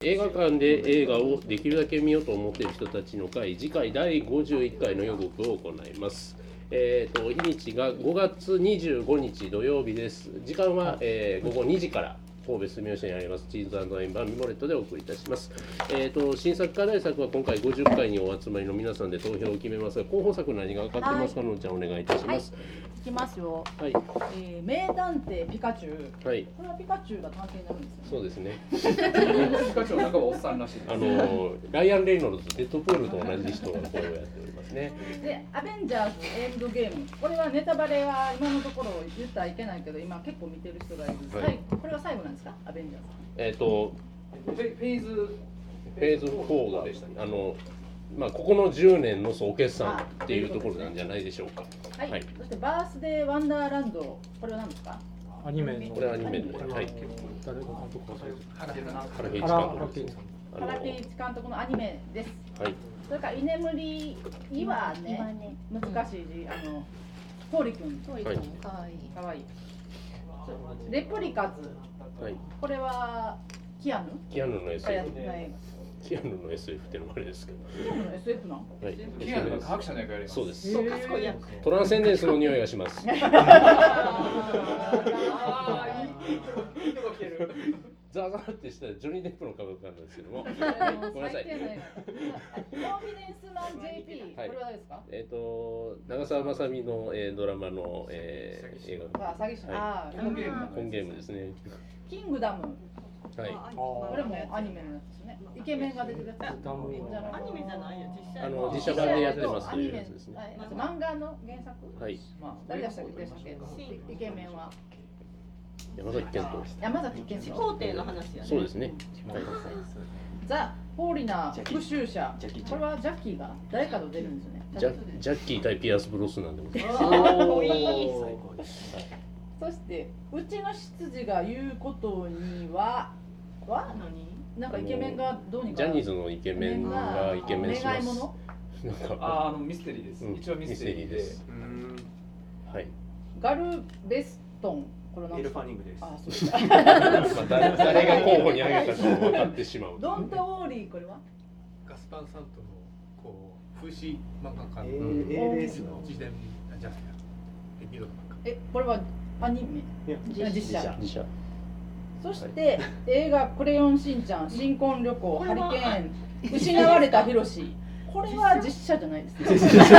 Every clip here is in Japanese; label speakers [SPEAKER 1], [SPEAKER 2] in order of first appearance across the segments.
[SPEAKER 1] 映画館で映画をできるだけ見ようと思っている人たちの会、次回第51回の予告を行います。日にちが5月25日土曜日です。時間は、午後2時から神戸住吉にありますチーズ&ワインバーミモレットでお送りいたします。新作課題作は今回50回にお集まりの皆さんで投票を決めますが、候補作何が分かってますか、のんちゃんお願いいたします。
[SPEAKER 2] いきますよ。
[SPEAKER 1] はい。
[SPEAKER 2] 名探偵ピカチュウ。
[SPEAKER 1] はい。
[SPEAKER 2] これはピカチュウが探偵になるんですよね。
[SPEAKER 1] そうですね。
[SPEAKER 3] ピカチュウは仲はおっさんらしいです。
[SPEAKER 1] ライアン・レイノルズ、デッドプールと同じ人が声をやっておりますね。
[SPEAKER 2] で、アベンジャーズエンドゲーム。これはネタバレは今のところ言ったらいけないけど、今結構見てる人がいる。
[SPEAKER 1] はい。
[SPEAKER 2] これは最後なんですか、アベンジャーズ。
[SPEAKER 1] フェーズ4でしたね。ここの10年の総決算っていうところなんじゃないでしょうか。
[SPEAKER 2] はい。はい、そしてバースデーワンダーランド、これは何ですか？
[SPEAKER 1] アニメの。これはアニメの。はい。
[SPEAKER 4] 誰が監督をされてる？
[SPEAKER 1] 原敬
[SPEAKER 2] 一監督のアニメです。
[SPEAKER 1] はい。
[SPEAKER 2] それから居眠りはね、難しい字、トーリ君。
[SPEAKER 1] はい。
[SPEAKER 2] かわいい。レプリカズ。
[SPEAKER 1] はい。
[SPEAKER 2] これはキアヌ
[SPEAKER 1] の SF。キアヌの SF ってのもあれですけど。
[SPEAKER 2] キアヌの SF なの？
[SPEAKER 1] はい。
[SPEAKER 3] キアヌが科学者の役やります。
[SPEAKER 1] そうです。
[SPEAKER 2] 賢いやつ。
[SPEAKER 1] トランセンデンスの匂いがします。ザーザーってしたらジョニー・デップの顔が浮かんだんですけども。ごめんなさい。
[SPEAKER 2] コンフィデンスマン JP、これは誰ですか？
[SPEAKER 1] 長澤まさみのドラマの映画。
[SPEAKER 2] 詐欺師。
[SPEAKER 1] コンゲームですね。
[SPEAKER 2] キングダム。
[SPEAKER 1] はい。
[SPEAKER 2] これもアニメのやつですね。イケメンが出てるやつ。
[SPEAKER 5] アニメじゃないよ、
[SPEAKER 1] 実写版でやってますというやつですね。
[SPEAKER 2] 漫画の原作。
[SPEAKER 1] はい。
[SPEAKER 2] 誰でしたっけ？イケメンは。
[SPEAKER 1] 山崎賢人。
[SPEAKER 2] 山崎賢人。
[SPEAKER 5] 始皇帝の話やね。
[SPEAKER 1] そうですね。
[SPEAKER 2] ザ・フォーリナー復讐者。これはジャッキーが誰かと出るんですよね。
[SPEAKER 1] ジャッキー対ピアス・ブロスなんでも。
[SPEAKER 2] そしてうちの執事が言うことにはなんかイケメンがどうにか。
[SPEAKER 1] ジャニーズのイケメンがイケメンします。
[SPEAKER 3] なんかミステリーです。一応ミステリーです。
[SPEAKER 1] はい。
[SPEAKER 2] ガルベストン。
[SPEAKER 4] エルファニングです。
[SPEAKER 1] 誰が候補に挙げたか分かってしまう。
[SPEAKER 2] ドントウォーリー、これは
[SPEAKER 6] ガスパンサントの風刺漫画家の
[SPEAKER 4] ALS の
[SPEAKER 6] 自伝じゃないやエピドの漫
[SPEAKER 2] 画。これはアニメ？実写。そして映画クレヨンしんちゃん、新婚旅行、ハリケーン、失われたヒロシ。これは実写じゃないですね。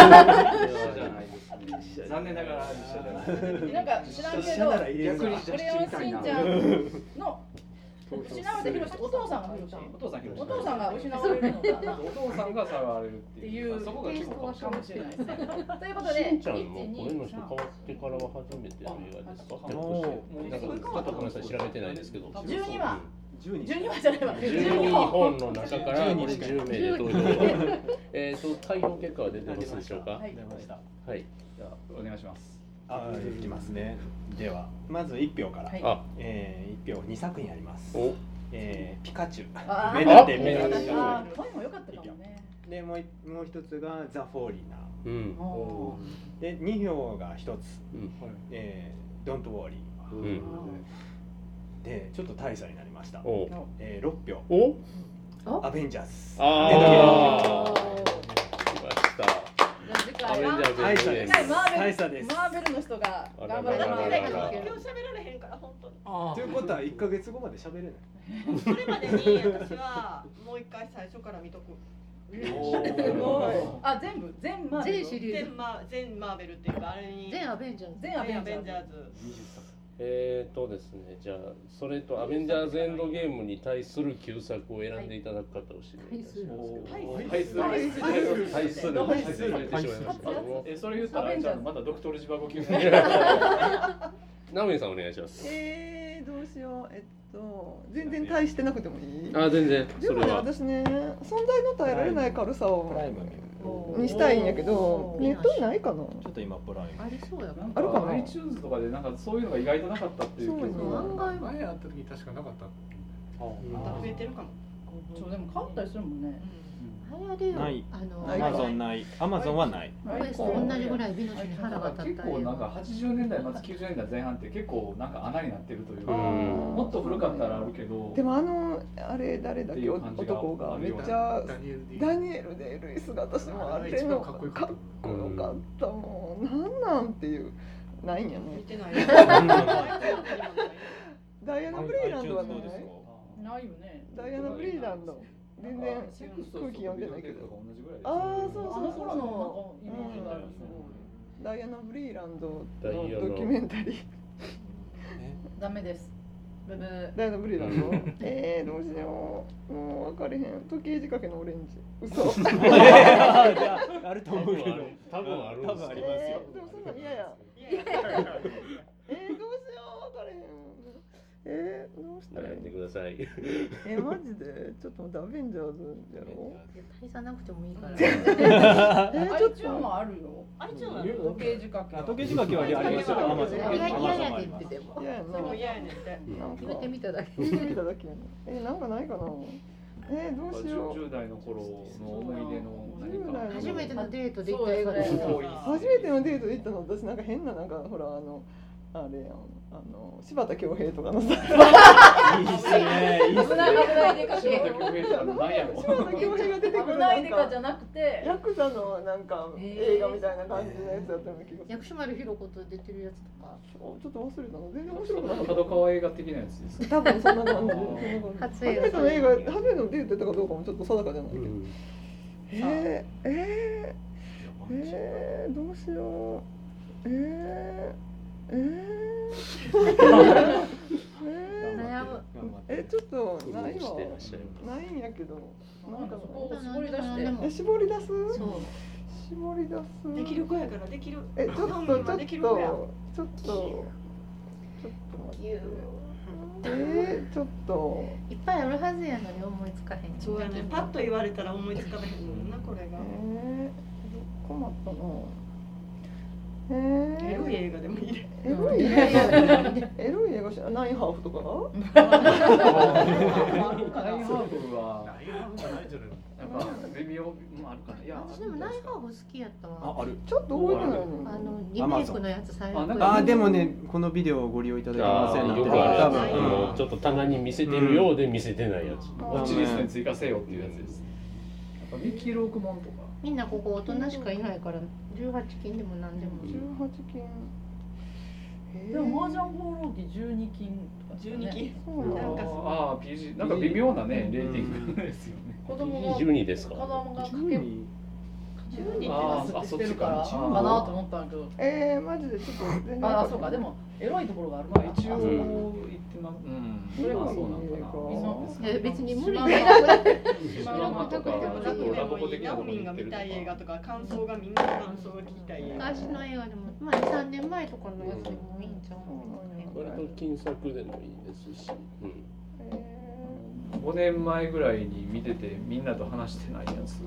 [SPEAKER 3] 残念ながら実写じゃない。
[SPEAKER 2] なんか知らんけど、クレヨンしんちゃんの失われたヒロシ、お父さんがヒロシ。お父さんが失われるのかな。
[SPEAKER 3] お父さんがさらわれるっていう。
[SPEAKER 2] そこが結構かもしれないですね。ということで、
[SPEAKER 1] しんちゃんの声の人変わってからは初めての映画ですか？なんかちょっとごめんなさい、調べてないですけど。
[SPEAKER 2] 12話じゃないわ。
[SPEAKER 1] 12本の中からこれ10名で投票。開票結果は出てますでしょうか？
[SPEAKER 4] 出ました。
[SPEAKER 1] はい。
[SPEAKER 3] じゃあお願いします。
[SPEAKER 4] いきますね。ではまず1票から。1票2作品あります。ピカチュウ。
[SPEAKER 2] 名
[SPEAKER 4] 探偵メガネ。
[SPEAKER 2] 声も良かったかもね。
[SPEAKER 4] でもう一つがザ・フォーリナー。で2票が1つ。ドントウォーリー。でちょっと大差になりました。6票。アベンジャーズ。
[SPEAKER 1] 来ました。
[SPEAKER 2] 大差です。マーベルの人が頑張らない。
[SPEAKER 5] 今日喋られへんから本当に。
[SPEAKER 4] ということは1ヶ月後まで喋れない。
[SPEAKER 5] それまでに私はもう一回最初から見とく。
[SPEAKER 2] すごい。全マーベルっていうかあれに
[SPEAKER 5] 全アベンジャーズ。
[SPEAKER 1] ですね、じゃあそれとアベンジャーズエンドゲームに対する旧作を選んでいただく方を指名いたします。対する
[SPEAKER 3] それ言ったらじゃあまだドクトルジバゴ級。
[SPEAKER 1] ナオミさんお願いします。
[SPEAKER 7] どうしよう。全然大してなくてもいい？
[SPEAKER 1] 全然。
[SPEAKER 7] でもね、私ね、存在の耐えられない軽さをにしたいんやけど、ネットにないかな。
[SPEAKER 4] ちょっと今プライム
[SPEAKER 5] ありそうやな。
[SPEAKER 7] あるかな。
[SPEAKER 3] iTunes とかでなんかそういうのが意外となかったっていう。
[SPEAKER 7] そうね。
[SPEAKER 6] 前あった時に確かなかった。
[SPEAKER 5] 増えてるかも。
[SPEAKER 2] そうでも買ったりするもんね。
[SPEAKER 4] ない。アマゾンない。アマゾンはない。
[SPEAKER 8] 同じぐらい美の人に腹が立った。
[SPEAKER 3] 結構なんか80年代末90年代前半って結構なんか穴になってるというか、もっと古かったらあるけど。
[SPEAKER 7] でもあれ誰だっけ男がめっちゃダニエル・デイ・ルイスが私もあれのかっこよかったもん。なんていうないんやね。
[SPEAKER 5] 見てない。
[SPEAKER 7] ダイアナ・ブリーランドはない。
[SPEAKER 2] ないよね。
[SPEAKER 7] ダイアナ・ブリーランド。全然空気読んでないけど。ああ、そう
[SPEAKER 2] あの頃のイメージがある。
[SPEAKER 7] ダイアナ・ブリーランドのドキュメンタリー。
[SPEAKER 2] ダメです。ブブー。
[SPEAKER 7] ダイアナ・ブリーランド。どうしよう。もう分かれへん。時計仕掛けのオレンジ。嘘。
[SPEAKER 4] じゃあると思うけど。
[SPEAKER 1] 多分ありますよ。
[SPEAKER 7] でもそんな嫌や。どうしよう分かれへん。どうしたらいい？
[SPEAKER 1] 悩んでください。
[SPEAKER 7] マジでちょっとアベンジャーズやろ？
[SPEAKER 8] 大差なくてもいいから。
[SPEAKER 2] ちょっともあるよ。
[SPEAKER 5] あれちょっと
[SPEAKER 2] 時計仕掛け。
[SPEAKER 4] 時計仕掛けはありますよ。アマゾン。
[SPEAKER 8] 嫌やでってでも。
[SPEAKER 7] 嫌やな。
[SPEAKER 5] でも嫌やねんって。
[SPEAKER 8] 言ってみただけ。
[SPEAKER 7] 言ってみただけやな。なんかないかな。どうしよう。
[SPEAKER 3] 10代の頃の思い出の何か。
[SPEAKER 8] 初めてのデートで行った映画です。
[SPEAKER 7] 初めてのデートで行ったの私なんか変ななんかほらあれやん柴田恭平とかのさ
[SPEAKER 4] いいっすねいいっすね
[SPEAKER 2] 危ないでか
[SPEAKER 3] 柴田恭平さんの何やろ
[SPEAKER 7] 柴田恭平が出てくる
[SPEAKER 2] 危ないでかじゃなくて
[SPEAKER 7] ヤクザのなんか映画みたいな感じのやつやったような気がする。
[SPEAKER 8] 薬師丸ひろ子と出てるやつとか
[SPEAKER 7] ちょっと忘れたの全然面白くなかった。
[SPEAKER 3] 角川映画的なやつですか。
[SPEAKER 7] 多分そんな感じ。
[SPEAKER 8] 初
[SPEAKER 7] 映画の映画初めてのデートやったかどうかもちょっと定かじゃないけど。どうしよう。
[SPEAKER 8] 悩む。
[SPEAKER 7] ちょっとないわ。ないんやけど。
[SPEAKER 2] なんかそこを絞り出して。
[SPEAKER 7] 絞り出す？
[SPEAKER 8] そう。
[SPEAKER 7] 絞り出す。
[SPEAKER 5] できる子やからできる。
[SPEAKER 7] ちょっと待って。ちょっと。
[SPEAKER 8] いっぱいあるはずやのに思いつかへん。
[SPEAKER 5] そうやね。パッと言われたら思いつかへんもんなこれが。
[SPEAKER 7] 困ったな。
[SPEAKER 5] エロい映画でもいいで。
[SPEAKER 7] エロい映画しナインハーフとか？
[SPEAKER 3] ナインハーフはなんか微妙もあるかな。いや
[SPEAKER 8] 私でもナインハーフ好きやったわ。
[SPEAKER 4] ある。
[SPEAKER 7] ちょっと覚えてないの。
[SPEAKER 8] リメイクのやつ最
[SPEAKER 4] 悪。でもねこのビデオをご利用いただけませんので。
[SPEAKER 1] よくある。ちょっと棚に見せてるようで見せてないやつ。
[SPEAKER 3] ウォッチリストに追加せよっていうやつです。やっぱミッキーロークモンとか。
[SPEAKER 8] みんなここ大人しかいないから18金でも何でも。
[SPEAKER 7] 18金。
[SPEAKER 2] でも麻雀放浪記12金とか
[SPEAKER 5] 12金。
[SPEAKER 3] なんかPG なんか微妙なねレーティングですよね。
[SPEAKER 2] 子供が
[SPEAKER 1] 12ですか。
[SPEAKER 2] 子供がかけ12ってなってるからかなと思ったんだけど。
[SPEAKER 7] マジでちょっと全然。
[SPEAKER 2] そうかでもエロいところがあるから。
[SPEAKER 3] 一応言ってます。それはそうなのかな。
[SPEAKER 8] 別に無理に選ぶだけ。
[SPEAKER 3] ドラマとかラブコ的な
[SPEAKER 5] ナオミンが見たい映画とか感想がみんな感想が聞きたい映画。
[SPEAKER 8] 昔の映画でも3年前とかのやつでもいいんちゃう。
[SPEAKER 1] 割と金作でもいいですし。
[SPEAKER 3] 5年前ぐらいに見ててみんなと話してないやつ。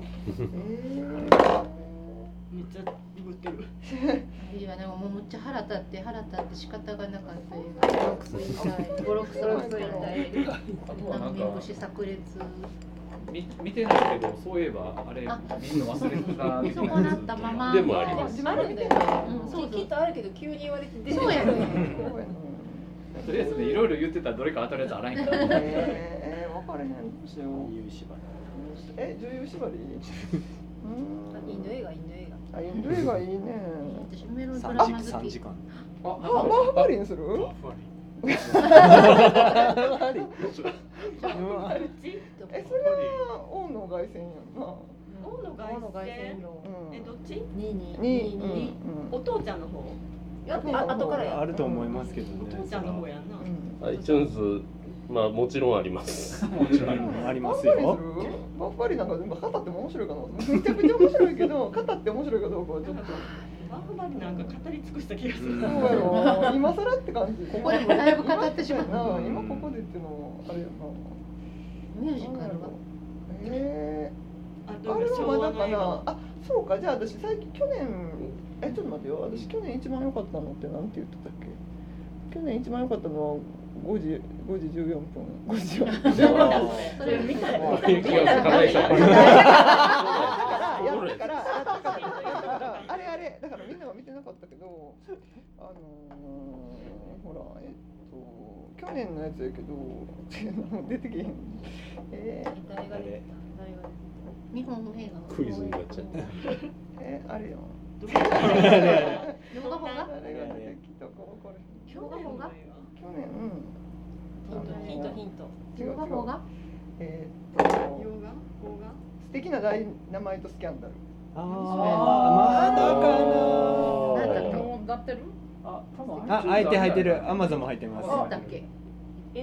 [SPEAKER 5] めっちゃビグってる。
[SPEAKER 8] いやでももうむっちゃ腹立って仕方がなかった映画。ボロクソ言いたい。ボロクソ言いたい。ナオミン節炸裂。
[SPEAKER 3] 見てないけどそういえばあれ見るの忘れてた。
[SPEAKER 8] 見損なったまま。
[SPEAKER 1] でもあります。
[SPEAKER 5] あるんだよね。きっとあるけど急に言われて
[SPEAKER 8] そうやね。
[SPEAKER 3] とりあえずねいろいろ言ってたらどれか当たるやつあらへんから。
[SPEAKER 7] 分かれへんどうしよう。
[SPEAKER 4] 女優縛
[SPEAKER 7] り。女優縛り？
[SPEAKER 5] インド映画。
[SPEAKER 7] インド映画いいね。
[SPEAKER 8] 私メロドラマ好き。
[SPEAKER 4] 3時間。
[SPEAKER 7] マーファリンする？それは王の凱旋やんな。
[SPEAKER 5] 王の凱旋のどっち
[SPEAKER 7] ？2
[SPEAKER 5] お父ちゃんの方。
[SPEAKER 7] 後からや。
[SPEAKER 4] あると思いますけどね。
[SPEAKER 5] お父ちゃんの方やんな。
[SPEAKER 1] iTunes もちろんあります。
[SPEAKER 4] もちろんありますよ。
[SPEAKER 7] マーファリンなんか語っても面白いかな。めちゃくちゃ面白いけど語って面白いかどうかはちょっと。
[SPEAKER 5] マーファリンなんか語り尽くした気がする。
[SPEAKER 7] そうやろ。今更って感じ。
[SPEAKER 8] ここでもだいぶ語ってしまった。
[SPEAKER 7] 今ここでっていうのもあれやな。
[SPEAKER 8] ミュージカルは。
[SPEAKER 7] あれはまだかな。そうか。じゃあ私最近去年ちょっと待ってよ。私去年一番良かったのってなんて言ってたっけ？去年一番良かったのは 5時14分5時14分
[SPEAKER 2] それ見たよ。
[SPEAKER 7] あれだからみんなは見てなかったけどほら去年のやつやけど出てけへん。
[SPEAKER 8] 誰が日本の映画
[SPEAKER 1] クイズになっちゃった。
[SPEAKER 7] あれよ。
[SPEAKER 8] 洋画本が？
[SPEAKER 7] 洋画本が？去年
[SPEAKER 5] ヒント。
[SPEAKER 8] 洋画本が？
[SPEAKER 7] 素敵なダイナマイトスキャンダル。
[SPEAKER 4] まだかな。
[SPEAKER 2] なんだっけ？もうなってる？
[SPEAKER 4] 入ってる。アマゾンも入ってます。
[SPEAKER 2] なんだっけ？
[SPEAKER 7] 榎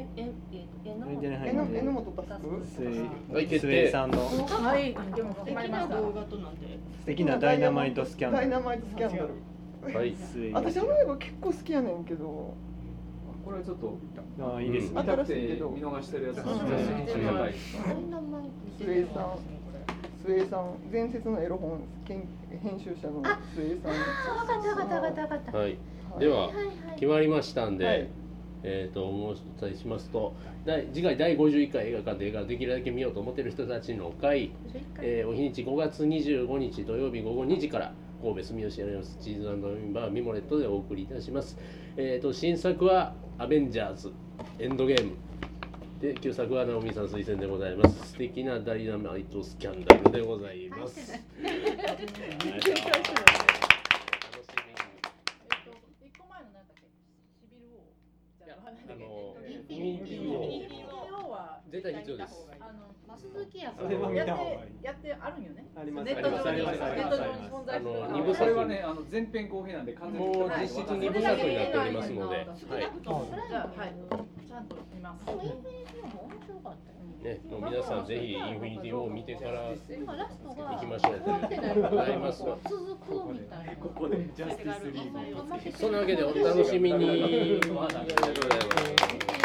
[SPEAKER 7] 本タスク？
[SPEAKER 4] 決定さんの。
[SPEAKER 2] はい。でも決まりました。
[SPEAKER 5] 動画となんで。
[SPEAKER 4] 素敵なダイナマイトスキャンダル。
[SPEAKER 7] ダイナマイトスキャンダル。
[SPEAKER 1] はい。
[SPEAKER 7] 私あの映画結構好きやねんけど。
[SPEAKER 3] これはちょっと
[SPEAKER 4] いいですね。
[SPEAKER 3] 見たくて見逃してるやつ。
[SPEAKER 7] スエさん、伝説のエロ本編集者のスエさん。
[SPEAKER 1] はい。では決まりましたんで、お伝えしますと、次回第51回映画館で映画をできるだけ見ようと思っている人たちの会、お日にち5月25日土曜日午後2時から神戸住吉アリアスチーズ&ウィンバーミモレットでお送りいたします。新作はアベンジャーズエンドゲームで、旧作は直美さん推薦でございます。素敵なダイナマイトスキャンダルでございます。インフィニティ王は絶対必要です。
[SPEAKER 8] 続きや
[SPEAKER 4] それは見た方がいい。
[SPEAKER 2] やってあるんよね。
[SPEAKER 4] あります。
[SPEAKER 2] ネット上に存在する。
[SPEAKER 1] 2部
[SPEAKER 3] これはね前編後編なんで完全に
[SPEAKER 1] もう実質2部作になっておりますので、はい。
[SPEAKER 2] じゃあはい。ちゃんと見ます。
[SPEAKER 1] ね、もう皆さんぜひインフィニティを見てから
[SPEAKER 8] ラストが
[SPEAKER 1] 行きましょうとございます。
[SPEAKER 8] 続くみたいな。
[SPEAKER 6] ここでジャスティスリーグ。
[SPEAKER 1] そんなわけでお楽しみに。ありがとうございます。